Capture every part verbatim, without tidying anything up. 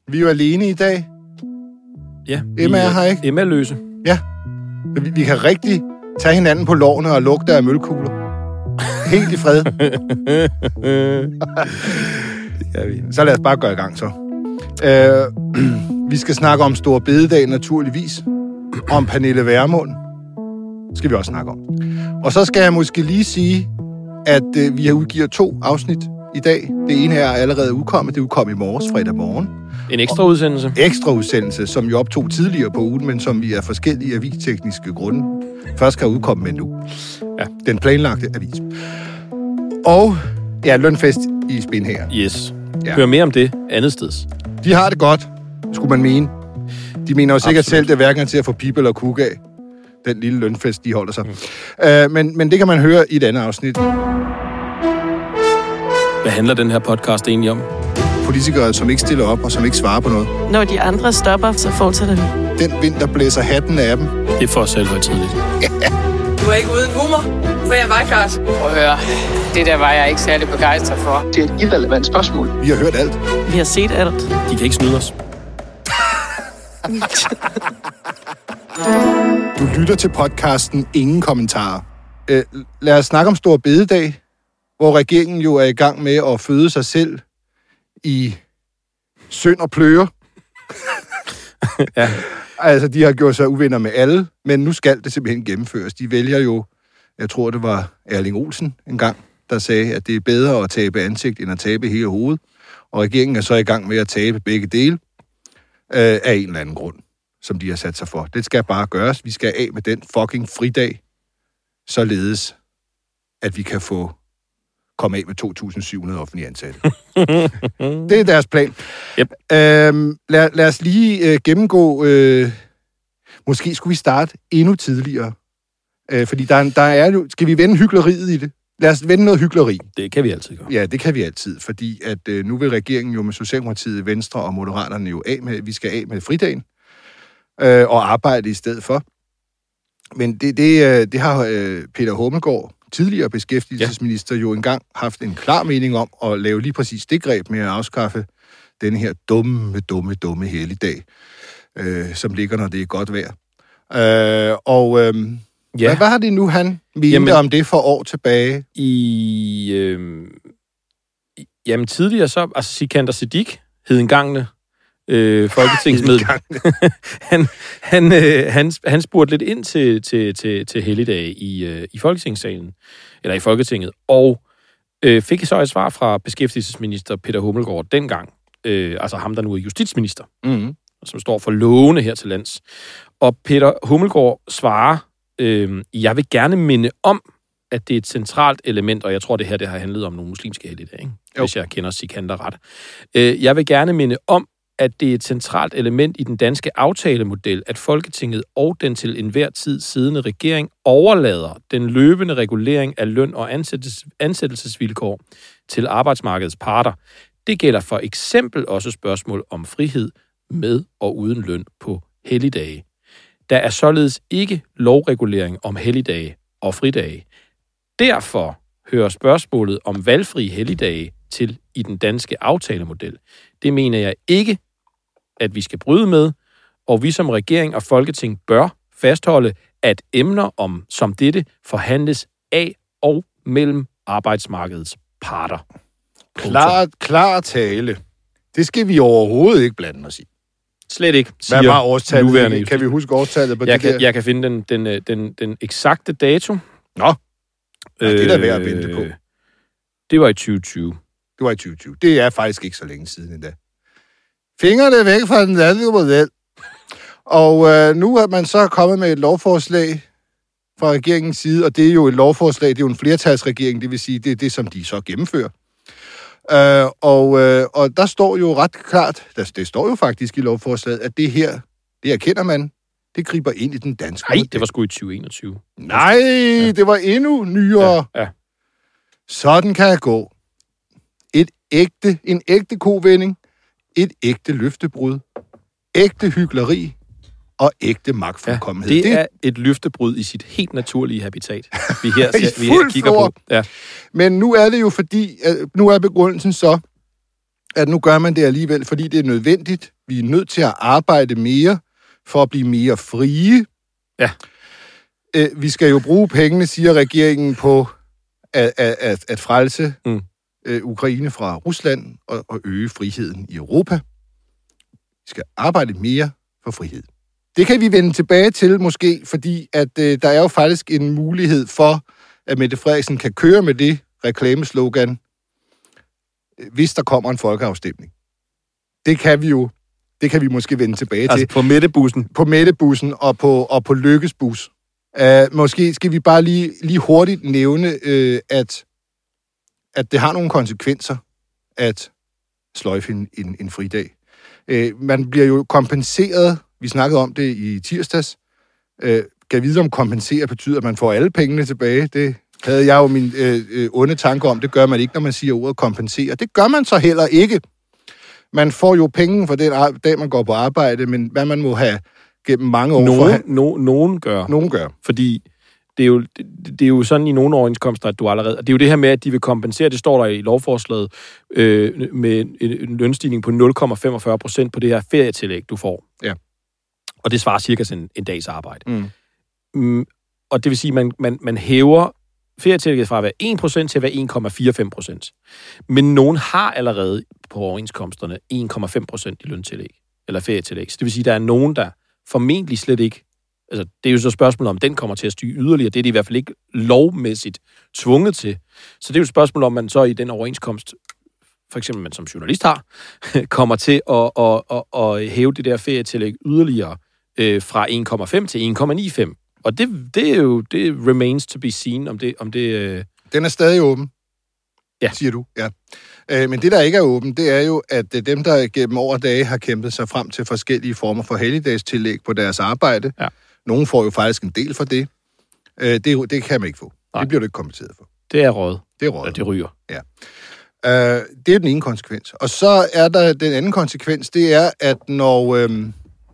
Vi er jo alene i dag. Ja. Emma er her, ikke? Emma er løse. Ja. Vi, vi kan rigtig tage hinanden på lårene og lugte af mølkugler. Helt i fred. Det kan vi. Så lad os bare gøre i gang, så. Øh, vi skal snakke om Store Bededag, naturligvis. Om Pernille Vermund. Skal vi også snakke om. Og så skal jeg måske lige sige, at øh, vi har udgivet to afsnit i dag. Det ene er allerede udkommet. Det udkom i morges, fredag morgen. En ekstra udsendelse. Ekstra udsendelse, som jo optog tidligere på ugen, men som vi af forskellige avistekniske grunde først skal udkomme med nu. Ja. Den planlagte avis. Og ja, lønfest i Spin her. Yes. Ja. Hør mere om det andet steds. De har det godt, skulle man mene. De mener jo sikkert Absolut. selv, det er hverken til at få pibe eller kug af. Den lille lønfest, de holder sig. Mm. Uh, men, men det kan man høre i et andet afsnit. Hvad handler den her podcast egentlig om? Politikere, som ikke stiller op og som ikke svarer på noget. Når de andre stopper, så fortsætter vi. Den vind, der blæser hatten af dem. Det er for selvhøjtidligt. Du er ikke uden humor, for jeg var klart. Prøv at høre, det der var jeg ikke særlig begejstret for. Det er et irrelevant spørgsmål. Vi har hørt alt. Vi har set alt. De kan ikke snyde os. Du lytter til podcasten Ingen Kommentarer. Øh, lad os snakke om Store Bededag, hvor regeringen jo er i gang med at føde sig selv i synd og pløre. Ja. Altså, de har gjort sig uvenner med alle, men nu skal det simpelthen gennemføres. De vælger jo, jeg tror, det var Erling Olsen engang, der sagde, at det er bedre at tabe ansigt, end at tabe hele hovedet. Og regeringen er så i gang med at tabe begge dele øh, af en eller anden grund, som de har sat sig for. Det skal bare gøres. Vi skal af med den fucking fridag, således at vi kan få komme af med to tusind syv hundrede offentlige ansatte. Det er deres plan. Yep. Øhm, lad, lad os lige øh, gennemgå... Øh, måske skulle vi starte endnu tidligere. Øh, fordi der, der er jo... Skal vi vende hykleriet i det? Lad os vende noget hykleri. Det kan vi altid gøre. Ja, det kan vi altid, fordi at øh, nu vil regeringen jo med Socialdemokratiet, Venstre og Moderaterne jo af med... Vi skal af med fridagen øh, og arbejde i stedet for. Men det, det, øh, det har øh, Peter Hummelgaard, tidligere beskæftigelsesminister, ja. jo engang haft en klar mening om at lave lige præcis det greb med at afskaffe denne her dumme, dumme, dumme helligdag, øh, som ligger, når det er godt vejr. Øh, og øh, ja. hvad, hvad har det nu, han mente jamen, om det for år tilbage? I, øh, jamen tidligere så, altså Sikander Siddique, hedengangne øh, folketingsmedlem, han, han, øh, han, han spurgte lidt ind til, til, til, til helligdage i, øh, i Folketingssalen, eller i Folketinget, og øh, fik så et svar fra beskæftigelsesminister Peter Hummelgaard dengang, øh, altså ham, der nu er justitsminister, mm-hmm. som står for lovene her til lands. Og Peter Hummelgaard svarer, øh, jeg vil gerne minde om, at det er et centralt element, og jeg tror, det her det har handlet om nogle muslimske helligdage, ikke? Hvis jeg kender Sikander ret. Øh, jeg vil gerne minde om, at det er et centralt element i den danske aftalemodel, at Folketinget og den til enhver tid siddende regering overlader den løbende regulering af løn- og ansættelses- ansættelsesvilkår til arbejdsmarkedets parter. Det gælder for eksempel også spørgsmål om frihed med og uden løn på helligdage. Der er således ikke lovregulering om helligdage og fridage. Derfor hører spørgsmålet om valgfri helligdage til i den danske aftalemodel. Det mener jeg ikke, at vi skal bryde med, og vi som regering og Folketing bør fastholde, at emner om som dette forhandles af og mellem arbejdsmarkedets parter. Klar, klar tale. Det skal vi overhovedet ikke blande os i. Slet ikke, siger hvad var årstallet? nuværende. Kan vi huske årstallet på jeg det kan, der? Jeg kan finde den, den, den, den eksakte dato. Nå, ja, det er da værd at vente på. Det var i tyve tyve. Det var i tyve tyve. Det er faktisk ikke så længe siden endda. Fingrene væk fra den danske model. Og øh, nu er man så kommet med et lovforslag fra regeringens side, og det er jo et lovforslag, det er jo en flertalsregering, det vil sige, det er det, som de så gennemfører. Øh, og, øh, og der står jo ret klart, der, det står jo faktisk i lovforslaget, at det her, det erkender man, det griber ind i den danske Nej, model. det var sgu i tyve enogtyve. Nej, ja. Det var endnu nyere. Ja, ja. Sådan kan jeg gå. Et ægte, en ægte kovending, et ægte løftebrud, ægte hykleri og ægte magtfuldkommenhed. Ja, det, det er et løftebrud i sit helt naturlige habitat, vi her, ser, vi her kigger på. Ja. Men nu er det jo fordi, nu er begrundelsen så, at nu gør man det alligevel, fordi det er nødvendigt Vi er nødt til at arbejde mere for at blive mere frie. Ja. Øh, vi skal jo bruge pengene, siger regeringen, på at, at, at, at frelse mm. øh, Ukraine fra Rusland og, og øge friheden i Europa. Vi skal arbejde mere for frihed. Det kan vi vende tilbage til måske, fordi at øh, der er jo faktisk en mulighed for, at Mette Frederiksen kan køre med det reklameslogan, hvis der kommer en folkeafstemning. Det kan vi jo, det kan vi måske vende tilbage altså til. Altså på Mette-bussen? På Mette-bussen og på, og på Lykkes bus. Uh, måske skal vi bare lige, lige hurtigt nævne, uh, at, at det har nogle konsekvenser at sløjfe en, en, en fridag. Uh, man bliver jo kompenseret, vi snakkede om det i tirsdags, uh, kan vide om kompensere betyder, at man får alle pengene tilbage. Det havde jeg jo min øh, øh, onde tanke om. Det gør man ikke, når man siger ordet kompensere. Det gør man så heller ikke. Man får jo penge for den dag, man går på arbejde, men hvad man må have gennem mange år... Nogen, for have... no, nogen gør. Nogen gør. Fordi det er, jo, det, det er jo sådan i nogle overenskomster, at du allerede... Det er jo det her med, at de vil kompensere, det står der i lovforslaget, øh, med en lønstigning på nul komma femogfyrre procent på det her ferietillæg, du får. Ja. Og det svarer cirka en, en dags arbejde. Mm. Mm, og det vil sige, at man, man, man hæver ferietillægget fra at være en procent til at være en komma fireoghalvfems procent. Men nogen har allerede på overenskomsterne en komma fem procent i løntillæg, eller ferietillæg. Så det vil sige, at der er nogen, der formentlig slet ikke... Altså, det er jo så spørgsmålet, om den kommer til at styre yderligere. Det er de i hvert fald ikke lovmæssigt tvunget til. Så det er jo et spørgsmål, om man så i den overenskomst, for eksempel man som journalist har, kommer til at, at, at, at hæve det der ferietillæg yderligere øh, fra en komma fem til en komma nioghalvfems. Og det, det er jo, det remains to be seen, om det... Om det øh... Den er stadig åben, ja. Siger du. Ja. Øh, men det, der ikke er åben, det er jo, at dem, der gennem år og dage har kæmpet sig frem til forskellige former for helligdagstillæg på deres arbejde, ja. Nogen får jo faktisk en del for det. Øh, det, det kan man ikke få. Nej. Det bliver du ikke kompenseret for. Det er råd. Det er råd. Ja, det ryger. Ja. Øh, det er den ene konsekvens. Og så er der den anden konsekvens, det er, at når... Øh,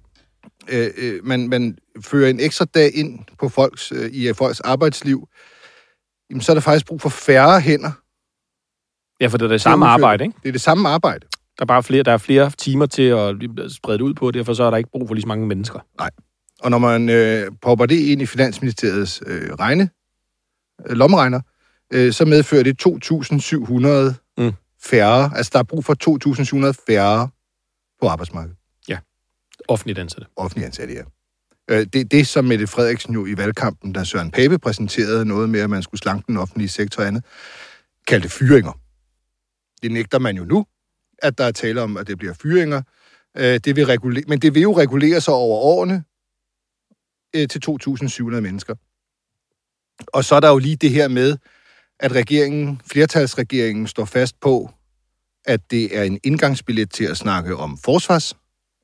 Øh, man, man fører en ekstra dag ind på folks, øh, i folks arbejdsliv, jamen, så er der faktisk brug for færre hænder. Ja, for det er det samme arbejde, ikke? Det er det samme arbejde. Der er bare flere, der er flere timer til at sprede det ud på, og derfor så er der ikke brug for lige så mange mennesker. Nej. Og når man øh, popper det ind i Finansministeriets øh, regne, øh, lommeregner, øh, så medfører det to tusind syv hundrede mm. færre. Altså, der er brug for to tusind syv hundrede færre på arbejdsmarkedet. Offentligt ansatte. Offentligt ansatte, ja. Det er det, som Mette Frederiksen jo i valgkampen, da Søren Pape præsenterede noget med, at man skulle slanke den offentlige sektor og andet, kaldte fyringer. Det nægter man jo nu, at der er tale om, at det bliver fyringer. Det vil regulere, men det vil jo regulere sig over årene til to tusind syv hundrede mennesker. Og så er der jo lige det her med, at regeringen, flertalsregeringen, står fast på, at det er en indgangsbillet til at snakke om forsvars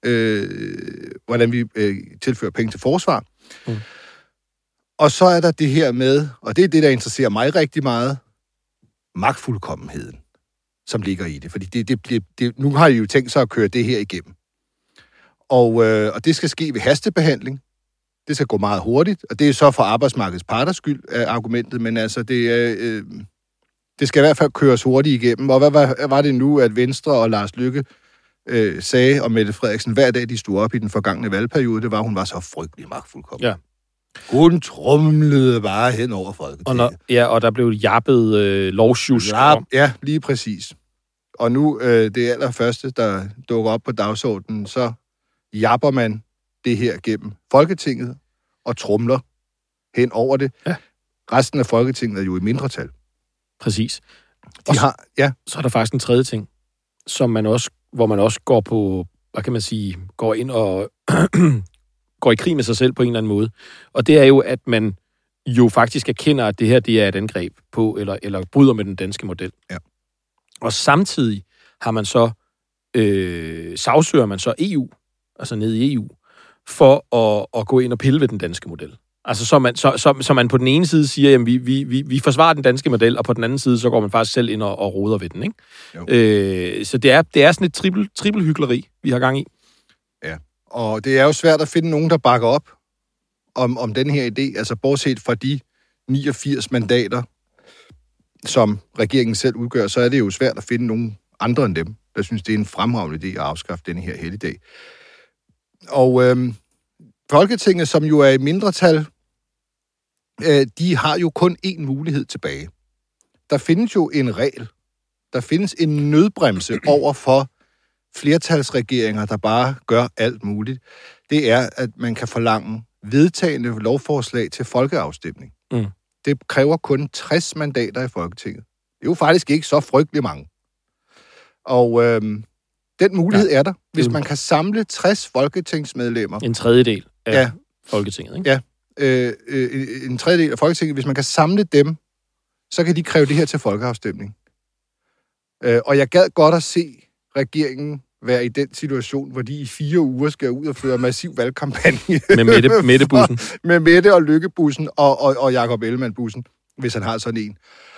Øh, hvordan vi øh, tilfører penge til forsvar. Mm. Og så er der det her med, og det er det, der interesserer mig rigtig meget, magtfuldkommenheden, som ligger i det. Fordi det, det, det, det, nu har I jo tænkt sig at køre det her igennem. Og, øh, og det skal ske ved hastebehandling. Det skal gå meget hurtigt, og det er så for arbejdsmarkedets parters skyld af argumentet, men altså, det, øh, det skal i hvert fald køres hurtigt igennem. Og hvad var, var det nu, at Venstre og Lars Løkke Øh, sagde om Mette Frederiksen, hver dag de stod op i den forgangne valgperiode, det var, hun var så frygtelig magtfuldkommen. Ja. Hun trumlede bare hen over Folketinget. Og når, ja, og der blev jappet øh, lovsjusk. Jap, ja, lige præcis. Og nu, øh, det allerførste, der dukker op på dagsordenen, så japper man det her gennem Folketinget og trumler hen over det. Ja. Resten af Folketinget er jo i mindretal. Præcis. De og har, ja. Så er der faktisk en tredje ting, som man også hvor man også går på, hvad kan man sige, går ind og går i krig med sig selv på en eller anden måde. Og det er jo, at man jo faktisk erkender, at det her det er et angreb på, eller, eller bryder med den danske model. Ja. Og samtidig har man så, øh, sagsøger man så E U, altså ned i E U, for at, at gå ind og pille ved den danske model. Altså, så man, så, så, så man på den ene side siger, at vi, vi, vi, vi forsvarer den danske model, og på den anden side, så går man faktisk selv ind og, og roder ved den, ikke? Øh, så det er, det er sådan et trippel, trippelhykleri, vi har gang i. Ja, og det er jo svært at finde nogen, der bakker op om, om den her idé, altså bortset fra de niogfirs mandater, som regeringen selv udgør, så er det jo svært at finde nogen andre end dem, der synes, det er en fremragende idé at afskaffe denne her helligdag. Og øh, Folketinget, som jo er i mindretal, øh, de har jo kun én mulighed tilbage. Der findes jo en regel. Der findes en nødbremse over for flertalsregeringer, der bare gør alt muligt. Det er, at man kan forlange vedtagende lovforslag til folkeafstemning. Mm. Det kræver kun tres mandater i Folketinget. Det er jo faktisk ikke så frygtelig mange. Og øh, den mulighed ja. er der, hvis man kan samle tres folketingsmedlemmer. En tredjedel af ja. Folketinget, ikke? Ja, øh, øh, en tredjedel af Folketinget. Hvis man kan samle dem, så kan de kræve det her til folkeafstemning. Øh, og jeg gad godt at se regeringen være i den situation, hvor de i fire uger skal ud og føre massiv valgkampagne. Med Mette, Mette-bussen. Med Mette og Lykke-bussen og, og, og Jakob Ellemann-bussen, hvis han har sådan en.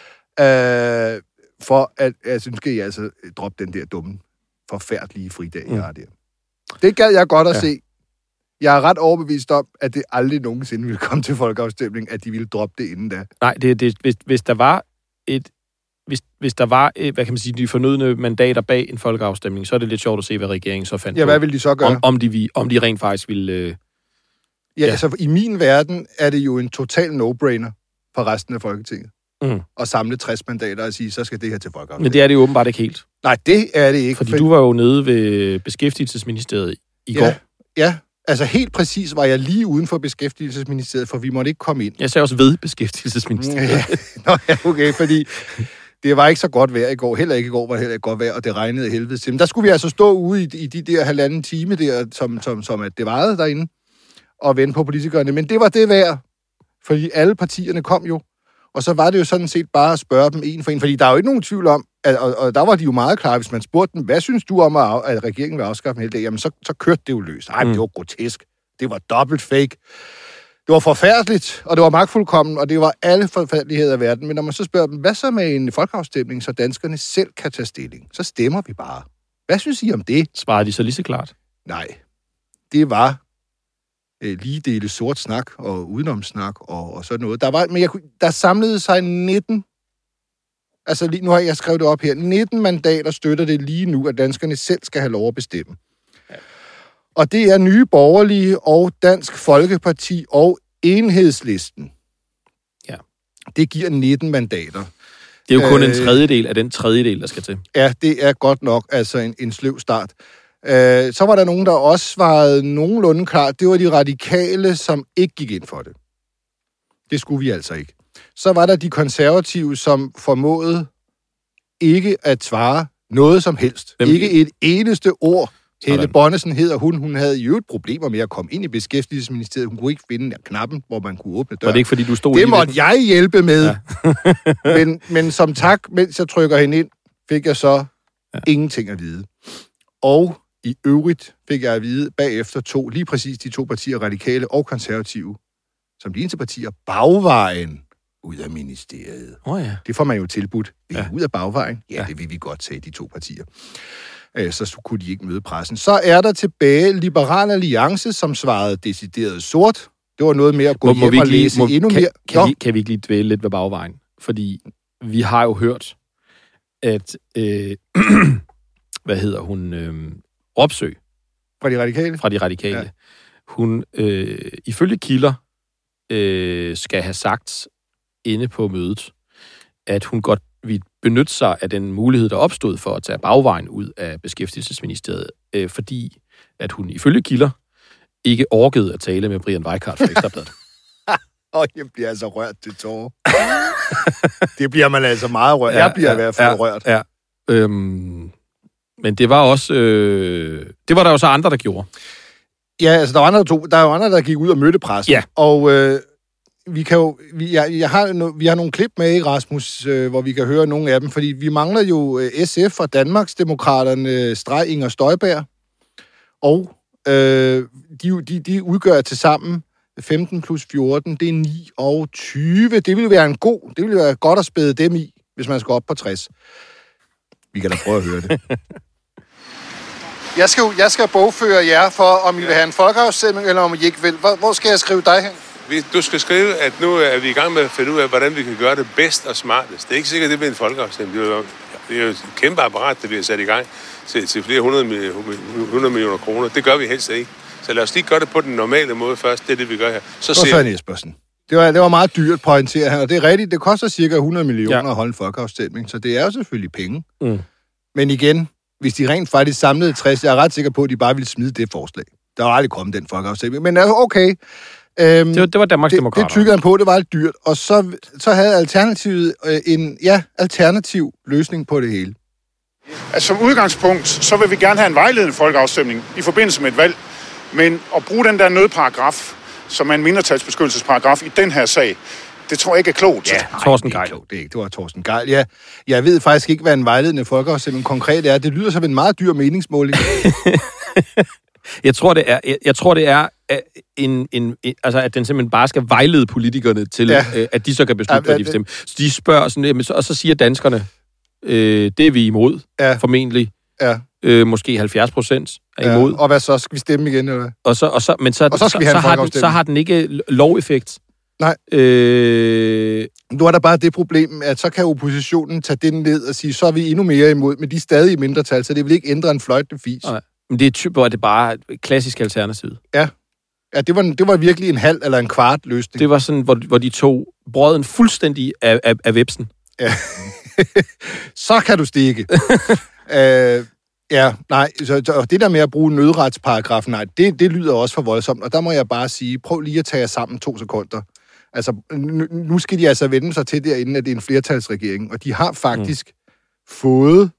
Øh, for at, altså, nu skal I altså droppe den der dumme, forfærdelige fridag, mm. jeg har der. Det gad jeg godt at ja. se. Jeg er ret overbevist om, at det aldrig nogensinde ville komme til folkeafstemning, at de ville droppe det inden da. Nej, det, det, hvis, hvis der var et Hvis, hvis der var, hvad kan man sige, de fornødne mandater bag en folkeafstemning, så er det lidt sjovt at se, hvad regeringen så fandt ja, på. hvad vil de så gøre? Om, om, de, om de rent faktisk ville... Øh, ja, ja, altså i min verden er det jo en total no-brainer for resten af Folketinget. Mm. At samle tres mandater og sige, så skal det her til folkeafstemning. Men det er det jo åbenbart ikke helt. Nej, det er det ikke. Fordi for... du var jo nede ved Beskæftigelsesministeriet i ja, går. Ja, altså helt præcis var jeg lige uden for Beskæftigelsesministeriet, for vi måtte ikke komme ind. Jeg sagde også ved Beskæftigelsesministeriet. Ja, nå, ja okay, fordi... Det var ikke så godt vejr i går. Heller ikke i går var det heller ikke godt vejr, og det regnede af helvede til. Men der skulle vi altså stå ude i, i de der halvanden time der, som, som, som at det varede derinde, og vente på politikerne. Men det var det værd, fordi alle partierne kom jo. Og så var det jo sådan set bare at spørge dem en for en, fordi der er jo ikke nogen tvivl om, at, og, og der var de jo meget klare, hvis man spurgte dem, hvad synes du om, at, at regeringen vil afskaffe en hel dag? Jamen, så, så kørte det jo løs. Ej, mm. det var grotesk. Det var dobbelt fake. Det var forfærdeligt, og det var magtfuldkommen, og det var alle forfærdeligheder af verden. Men når man så spørger dem, hvad så med en folkeafstemning, så danskerne selv kan tage stilling, så stemmer vi bare. Hvad synes I om det? Svarer de så lige så klart? Nej. Det var øh, lige dele sort snak og udenomsnak og, og sådan noget. Der var, men jeg, der samlede sig nitten, altså lige, nu har jeg skrevet det op her, nitten mandater støtter det lige nu, at danskerne selv skal have lov at bestemme. Og det er Nye Borgerlige og Dansk Folkeparti og Enhedslisten. Ja. Det giver nitten mandater. Det er jo kun øh, en tredjedel af den tredjedel, der skal til. Ja, det er godt nok altså en, en sløv start. Øh, så var der nogen, der også svarede nogenlunde klart. Det var de radikale, som ikke gik ind for det. Det skulle vi altså ikke. Så var der de konservative, som formåede ikke at svare noget som helst. Hvem? Ikke et eneste ord. Helle Bonnesen hedder hun. Hun havde jo et problemer med at komme ind i Beskæftigelsesministeriet. Hun kunne ikke finde knappen, hvor man kunne åbne døren. Var det ikke, fordi du stod Det måtte jeg hjælpe med. Ja. men, men som tak, mens jeg trykker hende ind, fik jeg så ja. ingenting at vide. Og i øvrigt fik jeg at vide bagefter to, lige præcis de to partier, radikale og konservative, som de eneste partier, bagvejen ud af ministeriet. Oh, ja. Det får man jo tilbudt. Det er ja. ud af bagvejen. Ja, ja, det vil vi godt tage, de to partier. Så kunne de ikke møde pressen. Så er der tilbage Liberal Alliance, som svarede decideret sort. Det var noget med at gå må, hjem må og læse må, endnu kan, mere. Kan vi, kan vi ikke lige dvæle lidt ved bagvejen? Fordi vi har jo hørt, at øh, hvad hedder hun? Øh, Ropsø. Fra de radikale? Fra de radikale. Ja. Hun, øh, ifølge kilder, øh, skal have sagt inde på mødet, at hun godt vil benytte sig af den mulighed, der opstod for at tage bagvejen ud af Beskæftigelsesministeriet, øh, fordi at hun ifølge kilder ikke orkede at tale med Brian Weikart fra Ekstra Bladet. Og jeg bliver altså rørt til tårer. Det bliver man altså meget rørt. Ja, jeg bliver ja, i hvert fald ja, rørt. Ja. Øhm, men det var også... Øh, det var der jo så andre, der gjorde. Ja, altså der var andre, der, der er jo andre, der gik ud og mødte pressen. Ja. Og øh, vi kan jo... Vi, jeg, jeg har no, vi har nogle klip med i Rasmus, øh, hvor vi kan høre nogle af dem, fordi vi mangler jo øh, S F og Danmarksdemokraterne, Streg Inger Støjberg, og øh, de, de, de udgør til sammen femten plus fjorten, det er ni og tyve. Det ville være en god, det ville være godt at spæde dem i, hvis man skal op på tres. Vi kan da prøve at høre det. Jeg skal, jeg skal bogføre jer for, om I vil have en folkeafstemning, eller om I ikke vil. Hvor, hvor skal jeg skrive dig hen? Du skal skrive, at nu er vi i gang med at finde ud af, hvordan vi kan gøre det bedst og smartest. Det er ikke sikkert, at det bliver en folkeafstemning. Det er jo, det er jo et kæmpe apparat, der bliver sat i gang. til, til flere hundrede, hundrede millioner kroner. Det gør vi helst ikke. Så lad os lige gøre det på den normale måde først. Det er det, vi gør her. Så ser Søren Espersen. Det var, det var meget dyrt, pointerer han, og det er rigtigt. Det koster cirka hundrede millioner ja. at holde en folkeafstemning, så det er jo selvfølgelig penge. Mm. Men igen, hvis de rent faktisk samlede tres, jeg er ret sikker på, at de bare ville smide det forslag. Der var aldrig kommet den folkeafstemning, men okay. Øhm, det, var, det var Danmarks Demokrater. Det, det tykkede han på, det var lidt dyrt, og så, så havde Alternativet øh, en ja, alternativ løsning på det hele. Altså, som udgangspunkt, så vil vi gerne have en vejledende folkeafstemning i forbindelse med et valg, men at bruge den der nødparagraf, som er en mindretalsbeskyttelsesparagraf i den her sag, det tror jeg ikke er klogt. Ja, Torsten Gejl. Det, det, det var Torsten Gejl. Ja, jeg ved faktisk ikke, hvad en vejledende folkeafstemning konkret er. Det lyder som en meget dyr meningsmåling. jeg tror, det er, jeg, jeg tror, det er en, en, en, altså, at den simpelthen bare skal vejlede politikerne til, ja. øh, at de så kan beslutte, ja, hvad de bestemmer. Så de spørger sådan, jamen, så, og så siger danskerne, øh, det er vi imod, ja. formentlig. Ja. Øh, måske halvfjerds procent er imod. Ja. Og hvad så? Skal vi stemme igen, eller hvad? Og så, og så, men så, og så, skal vi så, så, har den, så har den ikke loveffekt. Nej. Øh... Nu er der bare det problem, at så kan oppositionen tage den ned og sige, så er vi endnu mere imod, men de er stadig i mindretal, så det vil ikke ændre en fløjtende fis. Nej. Men det er typ, hvor det bare et klassisk alternativ. Ja. Ja, det var, det var virkelig en halv eller en kvart løsning. Det var sådan, hvor, hvor de tog brøden fuldstændig af, af, af vepsen. Ja. Så kan du stikke. øh... Ja, nej, så det der med at bruge nødretsparagrafen, nej, det, det lyder også for voldsomt, og der må jeg bare sige, prøv lige at tage jer sammen to sekunder. Altså, nu skal de altså vende sig til derinde, at det er en flertalsregering, og de har faktisk mm. fået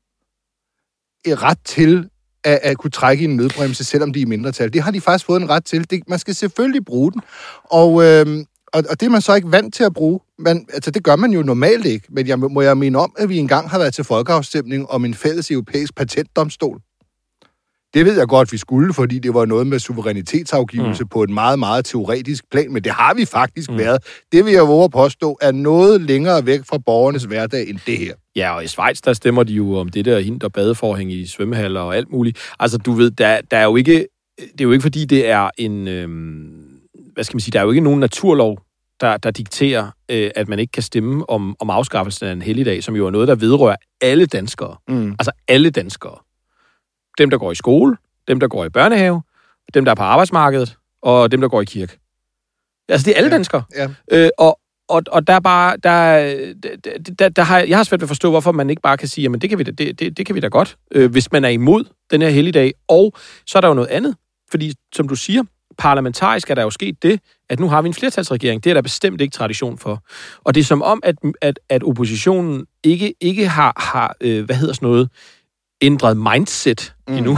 et ret til at, at kunne trække i en nødbremse, selvom de er i mindretal. Det har de faktisk fået en ret til. Det, man skal selvfølgelig bruge den, og, øhm, og, og det er man så ikke vant til at bruge. Man, altså, det gør man jo normalt ikke, men jeg må jeg minde om, at vi engang har været til folkeafstemning om en fælles europæisk patentdomstol. Det ved jeg godt, vi skulle, fordi det var noget med suverænitetsafgivelse mm. på et meget, meget teoretisk plan, men det har vi faktisk mm. været. Det vil jeg våge at påstå, er noget længere væk fra borgernes hverdag end det her. Ja, og i Schweiz, der stemmer de jo om det der hint- og badeforhæng i svømmehaller og alt muligt. Altså, du ved, der, der er jo ikke... Det er jo ikke, fordi det er en... Øhm, hvad skal man sige? Der er jo ikke nogen naturlov, der, der dikterer, øh, at man ikke kan stemme om, om afskaffelsen af en helligdag, som jo er noget, der vedrører alle danskere. Mm. Altså alle danskere. Dem, der går i skole, dem, der går i børnehave, dem, der er på arbejdsmarkedet, og dem, der går i kirke. Altså, det er alle ja. danskere. Ja. Øh, og, og, og der er bare... Der, der, der, der har, jeg har svært ved at forstå, hvorfor man ikke bare kan sige, jamen, det kan vi da, det, det, det kan vi da godt, øh, hvis man er imod den her helligdag. Og så er der jo noget andet. Fordi, som du siger, parlamentarisk er der jo sket det, at nu har vi en flertalsregering. Det er der bestemt ikke tradition for. Og det er som om, at, at, at oppositionen ikke, ikke har, har øh, hvad hedder sådan noget, ændret mindset mm. endnu.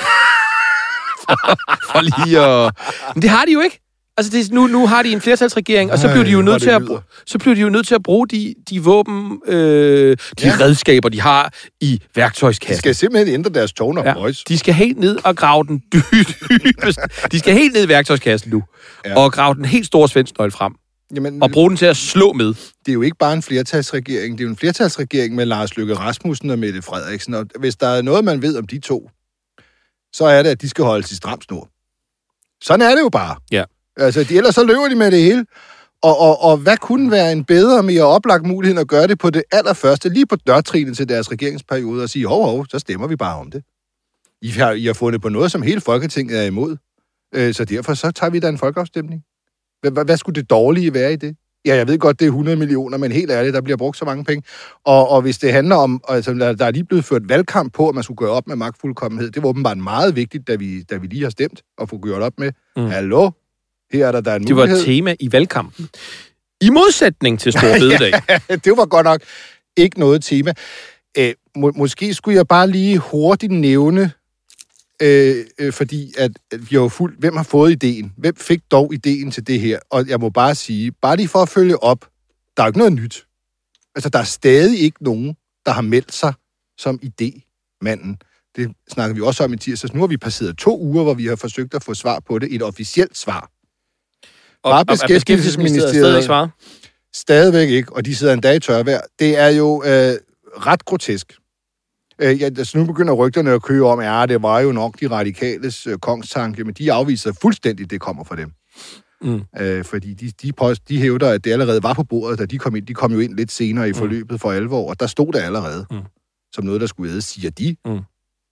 for, for lige at... Men det har de jo ikke. Altså, det er, nu, nu har de en flertalsregering, og så bliver de jo nødt til at, så bliver de jo nødt til at bruge de, de våben, øh, de ja. redskaber, de har i værktøjskassen. De skal simpelthen ændre deres tone of ja. voice. De skal helt ned og grave den dybest. De skal helt ned i værktøjskassen nu, ja. og grave den helt store svensknøgle frem. Jamen, og bruge den til at slå med. Det er jo ikke bare en flertalsregering. Det er jo en flertalsregering med Lars Løkke Rasmussen og Mette Frederiksen. Og hvis der er noget, man ved om de to, så er det, at de skal holdes i stram snor. Sådan er det jo bare. Ja. Altså, de, ellers så løber de med det hele. Og, og, og hvad kunne være en bedre, mere oplagt mulighed at gøre det på det allerførste, lige på dørtrinet til deres regeringsperiode, og sige, hov, hov, så stemmer vi bare om det. I har, I har fundet på noget, som hele Folketinget er imod. Øh, så derfor så tager vi da en folkeafstemning. Hvad, hvad skulle det dårlige være i det? Ja, jeg ved godt, det er hundrede millioner, men helt ærligt, der bliver brugt så mange penge. Og, og hvis det handler om, altså, der er lige blevet ført valgkamp på, at man skulle gøre op med magtfuldkommenhed, det var åbenbart meget vigtigt, da vi, da vi lige har stemt og få gjort op med. Mm. Hallo? Her er der, der er en det mulighed. Det var et tema i valgkampen. I modsætning til Store Bededag. Ja, det var godt nok ikke noget tema. Æ, må, måske skulle jeg bare lige hurtigt nævne, øh, øh, fordi at, at vi har jo fuldt, hvem har fået ideen? Hvem fik dog ideen til det her? Og jeg må bare sige, bare lige for at følge op, der er jo ikke noget nyt. Altså, der er stadig ikke nogen, der har meldt sig som idémanden. Det snakker vi også om i tirsdags. Nu har vi passeret to uger, hvor vi har forsøgt at få svar på det. Et officielt svar. Bare Beskæftigelsesministeriet stadig ikke svaret? Stadigvæk ikke, og de sidder en dag i tørvejr. Det er jo øh, ret grotesk. Øh, ja, altså nu begynder rygterne at køre om, ja, det var jo nok de radikales øh, kongstanke, men de afviser fuldstændig, det kommer fra dem. Mm. Øh, fordi de, de, post, de hævder, at det allerede var på bordet, da de kom ind. De kom jo ind lidt senere i forløbet for alvor, og der stod det allerede, mm. som noget, der skulle ædes, siger de. Mm.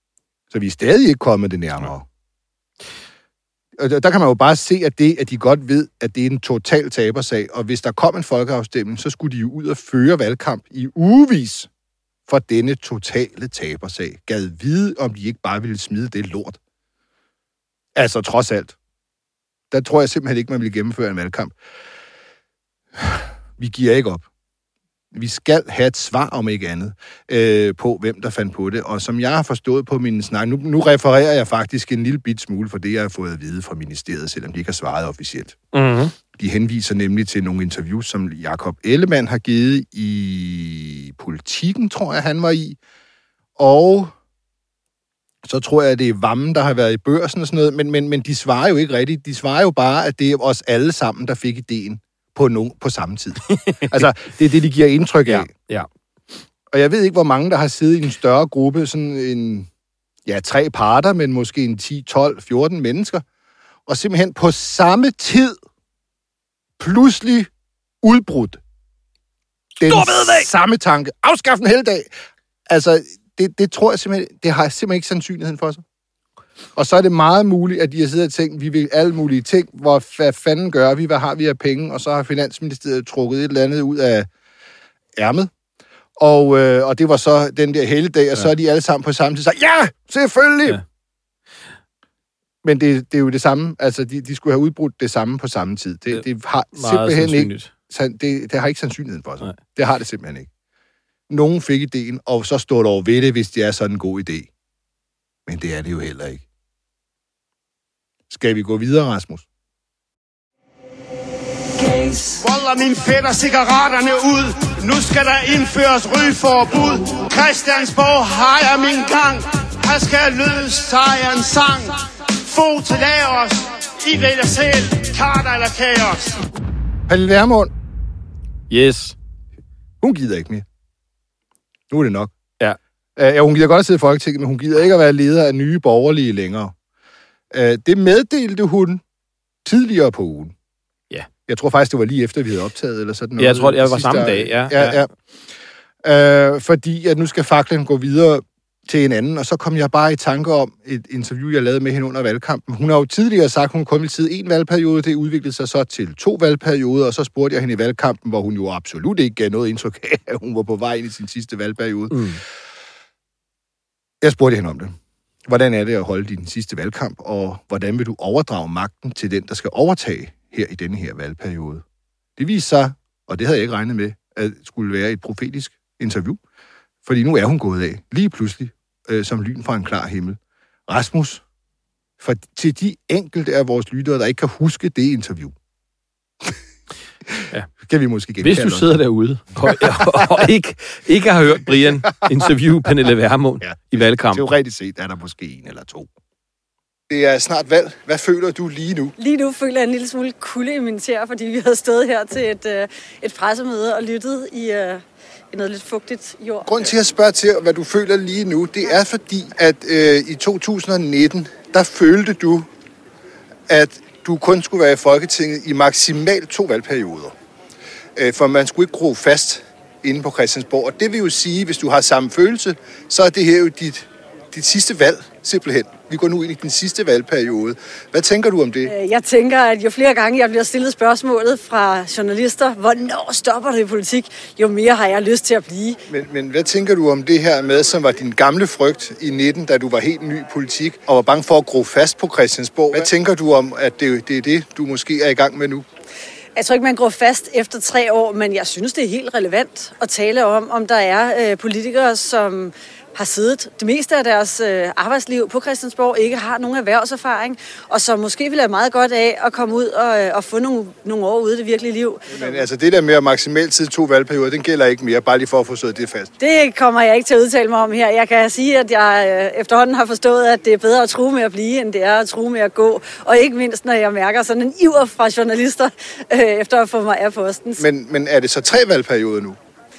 Så vi er stadig ikke kommet det nærmere. Og der kan man jo bare se, at det, at de godt ved, at det er en total tabersag, og hvis der kom en folkeafstemning, så skulle de jo ud og føre valgkamp i ugevis for denne totale tabersag. Gad vide, om de ikke bare ville smide det lort. Altså, trods alt. Der tror jeg simpelthen ikke, man vil gennemføre en valgkamp. Vi giver ikke op. Vi skal have et svar, om ikke andet, øh, på, hvem der fandt på det. Og som jeg har forstået på min snak, nu, nu refererer jeg faktisk en lille bit smule for det, jeg har fået at vide fra ministeriet, selvom de ikke har svaret officielt. Mm-hmm. De henviser nemlig til nogle interviews, som Jakob Ellemann har givet i Politikken, tror jeg, han var i. Og så tror jeg, det er Vammen, der har været i Børsen og sådan noget. Men, men, men de svarer jo ikke rigtigt. De svarer jo bare, at det er os alle sammen, der fik ideen på, no, på samme tid. Altså, det er det, de giver indtryk af. Ja, ja. Og jeg ved ikke, hvor mange, der har siddet i en større gruppe, sådan en, ja, tre parter, men måske en ti, tolv, fjorten mennesker, og simpelthen på samme tid pludselig udbrudt den samme tanke. Afskaffe en helligdag! Altså, det, det tror jeg simpelthen, det har simpelthen ikke sandsynligheden for sig. Og så er det meget muligt, at de har siddet og tænkt, vi vil alle mulige ting, hvor hvad fanden gør vi, hvad har vi af penge, og så har Finansministeriet trukket et eller andet ud af ærmet. Og, øh, og det var så den der helligdag, og ja. Så er de alle sammen på samme tid sagt, ja, selvfølgelig! Ja. Men det, det er jo det samme, altså de, de skulle have udbrudt det samme på samme tid. Det, det har simpelthen ikke, det, det har ikke sandsynligheden for sig. Nej. Det har det simpelthen ikke. Nogen fik ideen, og så står der over ved det, hvis det er sådan en god idé. Men det er det jo heller ikke. Skal vi gå videre, Rasmus? Folder min fætter cigaretterne ud. Nu skal der indføres rygeforbud. Christiansborg har jeg min gang. Her skal løs sejrens sang. Få til Laos. I vælger selv. Karter eller kaos. Pernille Vermund. Yes. Hun gider ikke mere. Nu er det nok. Ja. Ja, hun gider godt at sidde i Folketinget, men hun gider ikke at være leder af Nye Borgerlige længere. Det meddelte hun tidligere på ugen. Ja. Jeg tror faktisk, det var lige efter, vi havde optaget, eller sådan noget. Ja, jeg tror, det var samme dag, ja. ja, ja. Øh, fordi at nu skal faklen gå videre til en anden, og så kom jeg bare i tanke om et interview, jeg lavede med hende under valgkampen. Hun har jo tidligere sagt, at hun kun ville sidde en valgperiode. Det udviklede sig så til to valgperioder, og så spurgte jeg hende i valgkampen, hvor hun jo absolut ikke gav noget indtryk af, at hun var på vej ind i sin sidste valgperiode. Mm. Jeg spurgte hende om det. Hvordan er det at holde din sidste valgkamp, og hvordan vil du overdrage magten til den, der skal overtage her i denne her valgperiode? Det viste sig, og det havde jeg ikke regnet med, at det skulle være et profetisk interview, fordi nu er hun gået af, lige pludselig, øh, som lyn fra en klar himmel. Rasmus, for til de enkelte af vores lyttere, der ikke kan huske det interview, ja. Kan vi måske Hvis du sidder derude og, og ikke, ikke har hørt Brian interview Pernille Vermund ja. i valgkampen. Teoretisk set er der måske en eller to. Det er snart valg. Hvad føler du lige nu? Lige nu føler jeg en lille smule kulde i min tæer, fordi vi havde stået her til et, et pressemøde og lyttet i, i noget lidt fugtigt jord. Grunden til at spørge til, hvad du føler lige nu, det er fordi, at øh, i to tusind nitten, der følte du, at du kun skulle være i Folketinget i maksimalt to valgperioder. For man skulle ikke gro fast inde på Christiansborg. Og det vil jo sige, hvis du har samme følelse, så er det her jo dit, dit sidste valg, simpelthen. Vi går nu ind i den sidste valgperiode. Hvad tænker du om det? Jeg tænker, at jo flere gange jeg bliver stillet spørgsmålet fra journalister, hvornår stopper du i politik, jo mere har jeg lyst til at blive. Men, men hvad tænker du om det her med, som var din gamle frygt i nitten, da du var helt ny i politik, og var bange for at gro fast på Christiansborg? Hvad tænker du om, at det, det er det, du måske er i gang med nu? Jeg tror ikke, man går fast efter tre år, men jeg synes, det er helt relevant at tale om, om der er øh, politikere, som har siddet det meste af deres øh, arbejdsliv på Christiansborg, ikke har nogen erhvervserfaring, og som måske vil have meget godt af at komme ud og, øh, og få nogle, nogle år ude i det virkelige liv. Men altså det der med maksimalt tid to valgperioder, den gælder ikke mere, bare lige for at få slået det fast. Det kommer jeg ikke til at udtale mig om her. Jeg kan sige, at jeg øh, efterhånden har forstået, at det er bedre at true med at blive, end det er at true med at gå. Og ikke mindst, når jeg mærker sådan en iver fra journalister, øh, efter at få mig af posten. Men, men er det så tre valgperioder nu?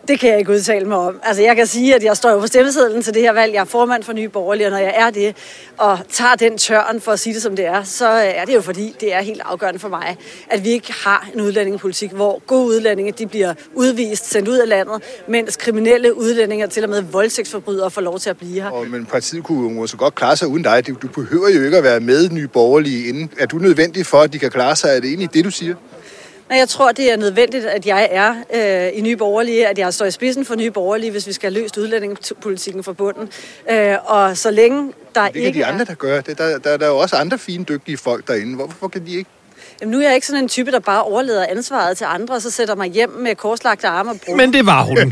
Det kan jeg ikke udtale mig om. Altså, jeg kan sige, at jeg står jo på stemmesedlen til det her valg. Jeg er formand for Nye Borgerlige, og når jeg er det, og tager den tørn for at sige det, som det er, så er det jo fordi, det er helt afgørende for mig, at vi ikke har en udlændingepolitik, hvor gode udlændinge, de bliver udvist, sendt ud af landet, mens kriminelle udlændinge, til og med voldtægtsforbrydere, får lov til at blive her. Og, men partiet kunne jo så godt klare sig uden dig. Du behøver jo ikke at være med Nye Borgerlige inden. Er du nødvendig for, at de kan klare sig? Er det egentlig det, du siger? Jeg tror, det er nødvendigt, at jeg er øh, i Nye Borgerlige, at jeg står i spidsen for Nye Borgerlige, hvis vi skal have løst udlændingepolitikken fra bunden. Øh, og så længe der ikke... Det ikke kan de andre, der gør. Der, der, der, der er jo også andre fine, dygtige folk derinde. Hvorfor kan de ikke? Jamen, nu er jeg ikke sådan en type, der bare overlader ansvaret til andre, og så sætter mig hjem med korslagte arme og brumme. Men det var hun.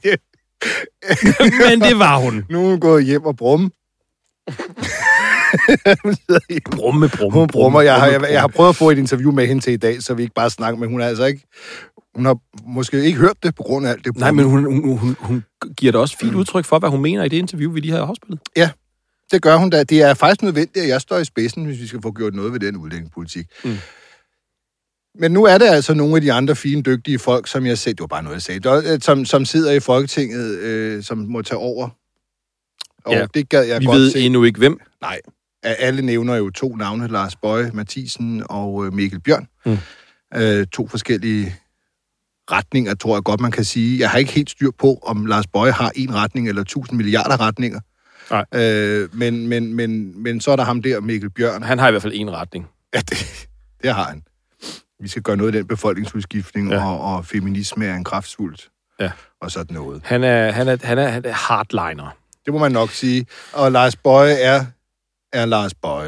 Men det var hun. Nu er hun gået hjem og brumme. brumme, brumme, hun brummer. Jeg har, jeg, jeg har prøvet at få et interview med hende til i dag, så vi ikke bare snakker, men hun er altså ikke... Hun har måske ikke hørt det på grund af alt det. Brumme. Nej, men hun, hun, hun, hun giver da også fint udtryk for, hvad hun mener i det interview, vi lige har afspillet. Ja, det gør hun da. Det er faktisk nødvendigt, at jeg står i spidsen, hvis vi skal få gjort noget ved den udlændingepolitik. Mm. Men nu er det altså nogle af de andre fine, dygtige folk, som jeg sagde, det var bare noget, jeg sagde, der, som, som sidder i Folketinget, øh, som må tage over. Og ja, det gad jeg vi godt ved se. endnu ikke hvem. Nej, alle nævner jo to navne, Lars Boje Mathiesen og Mikkel Bjørn. Mm. Øh, to forskellige retninger, tror jeg godt, man kan sige. Jeg har ikke helt styr på, om Lars Boje har en retning eller tusind milliarder retninger. Nej. Øh, men, men, men, men så er der ham der, Mikkel Bjørn. Han har i hvert fald en retning. Ja, det, det har han. Vi skal gøre noget af den befolkningsudskiftning, ja. og, og feminisme er en kraftsvult. Ja. Og sådan noget. Han er, han er, han er, han er hardliner. Det må man nok sige. Og Lars Boje er, er Lars Boje.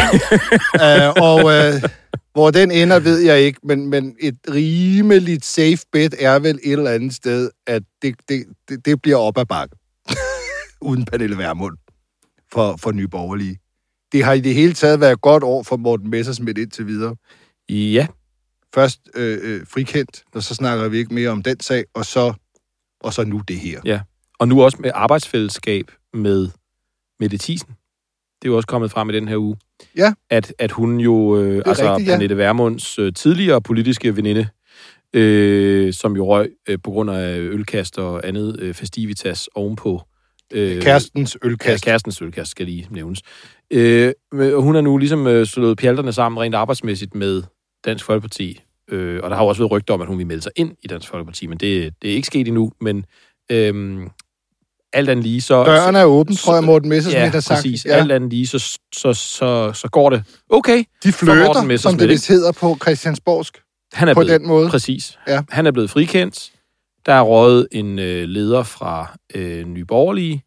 uh, og uh, hvor den ender, ved jeg ikke, men, men et rimeligt safe bet er vel et eller andet sted, at det, det, det, det bliver op ad bakke. Uden Pernille Vermund for, for Nye Borgerlige. Det har i det hele taget været et godt år for Morten Messerschmidt indtil videre. Ja. Først øh, øh, frikendt, og så snakker vi ikke mere om den sag, og så, og så nu det her. Ja, og nu også med arbejdsfællesskab med Mette Thiesen. Det er jo også kommet frem i den her uge. Ja. At, at hun jo, øh, altså rigtigt, ja. Pernille Vermunds øh, tidligere politiske veninde, øh, som jo røg øh, på grund af ølkast og andet øh, festivitas ovenpå. Øh, Kærstens ølkast. Ja, Kærstens ølkast skal lige nævnes. Øh, hun er nu ligesom øh, slået pjalterne sammen rent arbejdsmæssigt med Dansk Folkeparti. Øh, og der har jo også været rygter om, at hun vil melde sig ind i Dansk Folkeparti, men det, det er ikke sket endnu. Men øh, alt andet lige så... Døren er åben, tror jeg, Morten Messerschmidt ja, har sagt. Præcis. Ja, alt andet lige, så, så, så, så går det okay. De flytter, som det vist hedder på Christiansborgsk. Han er på blevet, den måde. Præcis. Ja. Han er blevet frikendt. Der er røget en øh, leder fra øh, Nye Borgerlige.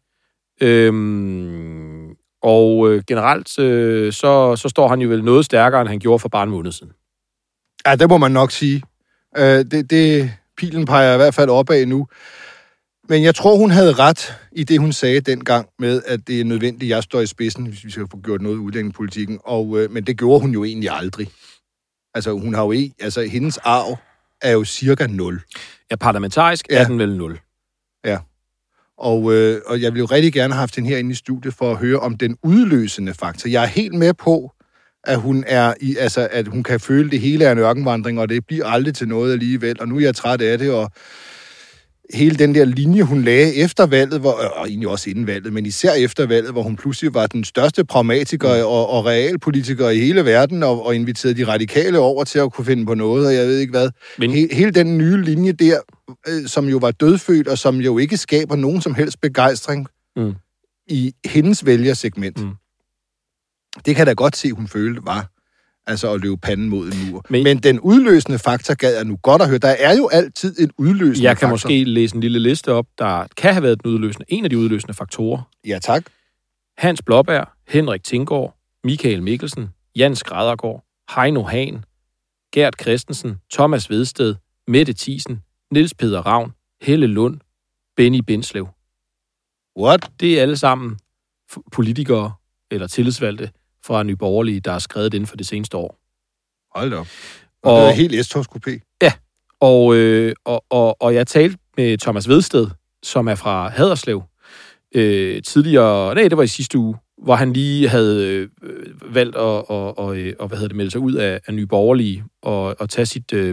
Øhm, og øh, generelt, øh, så, så står han jo vel noget stærkere, end han gjorde for bare en måned siden. Ja, det må man nok sige. Øh, det, det, pilen peger i hvert fald opad nu. Men jeg tror, hun havde ret i det, hun sagde dengang med, at det er nødvendigt, at jeg står i spidsen, hvis vi skal få gjort noget i udlændingepolitikken. Og, øh, men det gjorde hun jo egentlig aldrig. Altså, hun har jo ikke... Altså, hendes arv er jo cirka nul. Ja, parlamentarisk ja. Er den vel nul. Ja. Og, øh, og jeg ville jo rigtig gerne have haft den her inde i studiet for at høre om den udløsende faktor. Jeg er helt med på, at hun er i, altså, at hun kan føle, det hele er en ørkenvandring, og det bliver aldrig til noget alligevel. Og nu er jeg træt af det, og hele den der linje, hun lagde efter valget, hvor, og egentlig også inden valget, men især efter valget, hvor hun pludselig var den største pragmatiker og, og realpolitiker i hele verden, og, og inviterede de radikale over til at kunne finde på noget, og jeg ved ikke hvad. Men... He, hele den nye linje der, øh, som jo var dødfødt, og som jo ikke skaber nogen som helst begejstring mm. i hendes vælgersegment. Mm. Det kan da godt se, hun følte var altså at løbe panden mod en mur. Men, Men den udløsende faktor gad jeg nu godt at høre. Der er jo altid en udløsende faktor. Jeg kan faktor. måske læse en lille liste op, der kan have været den udløsende. En af de udløsende faktorer. Ja, tak. Hans Blåbjerg, Henrik Tinggaard, Michael Mikkelsen, Jan Skræddergaard, Heino Hahn, Gert Christensen, Thomas Vedsted, Mette Thiesen, Niels Peder Ravn, Helle Lund, Benny Bindslev. What? Det er alle sammen politikere eller tillidsvalgte fra Nye Borgerlige, der er skrevet inden for det seneste år. Hold da op. Og, og det er helt S-togskopé. Ja, og, øh, og, og, og jeg talte med Thomas Vedsted, som er fra Haderslev, øh, tidligere, nej, det var i sidste uge, hvor han lige havde øh, valgt at og, og, og, hvad hedder det, melde sig ud af, af Nye Borgerlige og, og tage sit, øh,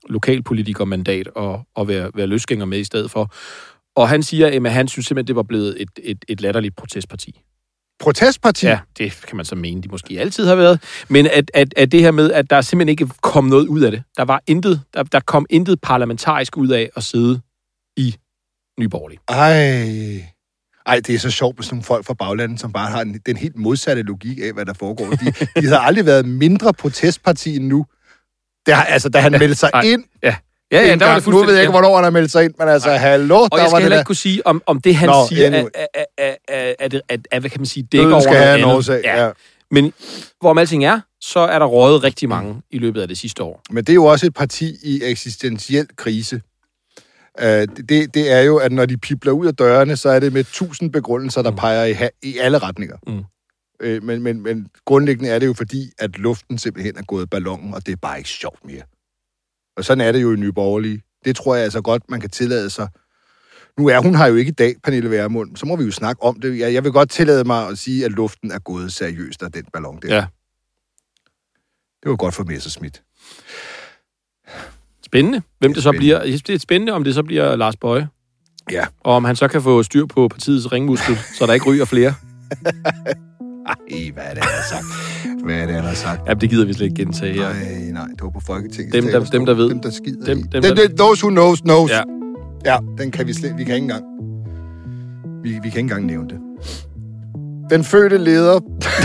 lokalpolitikermandat og, og være, være løsgænger med i stedet for. Og han siger, at han synes simpelthen, det var blevet et, et, et latterligt protestparti. Protestparti? Ja, det kan man så mene, de måske altid har været. Men at, at, at det her med, at der simpelthen ikke kom noget ud af det. Der var intet, der, der kom intet parlamentarisk ud af at sidde i Nye Borgerlige. Ej... Ej, det er så sjovt med sådan nogle folk fra baglandet, som bare har en, den helt modsatte logik af, hvad der foregår. De, de havde aldrig været mindre protestparti end nu. Det har, altså, da han meldte sig Ej, ind... Ja, ja, ja der var det nu ved jeg ikke, hvornår han har meldt sig ind, men altså, hallo, og der jeg skal var heller det ikke kunne sige, om, om det, han Nå, siger, anyway. er, er, er, er, er, er, er, hvad kan man sige, dækker Døden over skal noget have en andet. årsag, ja. Men hvorom alting er, så er der røget rigtig mange i løbet af det sidste år. Men det er jo også et parti i eksistentiel krise. Uh, det, det er jo, at når de pibler ud af dørene, så er det med tusind begrundelser, der mm. peger i, ha- i alle retninger. Mm. Uh, men, men, men grundlæggende er det jo fordi, at luften simpelthen er gået ballonen, og det er bare ikke sjovt mere. Og sådan er det jo i Nye Borgerlige. Det tror jeg altså godt, man kan tillade sig. Nu er hun her jo ikke i dag, Pernille Vermund. Så må vi jo snakke om det. Jeg, jeg vil godt tillade mig at sige, at luften er gået seriøst af den ballon der. Ja. Det var godt for Messerschmidt. Spændende. Hvem det, det så bliver. Det er spændende, om det så bliver Lars Boje. Ja. Og om han så kan få styr på partiets ringmuskel, så der ikke ryger flere. Ej, hvad er det, han har sagt? Hvad er det, han har sagt? Ja, det gider vi slet ikke gentage her. Nej, nej, det var på Folketinget. Dem, der, dem, der ved. Dem, der skider dem, i. Dem, dem, dem, those who knows, knows. Ja. Ja, den kan vi slet... Vi kan ikke engang... Vi, vi kan ikke engang nævne det. Den fødte leder...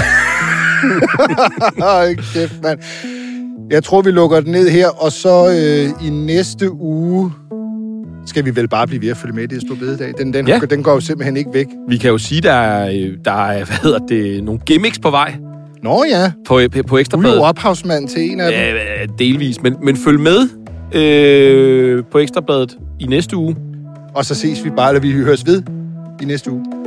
Ej, kæft, mand. Jeg tror, vi lukker den ned her, og så øh, i næste uge skal vi vel bare blive ved at følge med i det store bededag. Den, den, ja. den går jo simpelthen ikke væk. Vi kan jo sige, der er, der er hvad hedder det, nogle gimmicks på vej. Nå ja. På, på, på Ekstrabladet. Du er jo ophavsmand til en af dem. Ja, delvis. Men, men følg med øh, på Ekstrabladet i næste uge. Og så ses vi bare, eller vi høres ved i næste uge.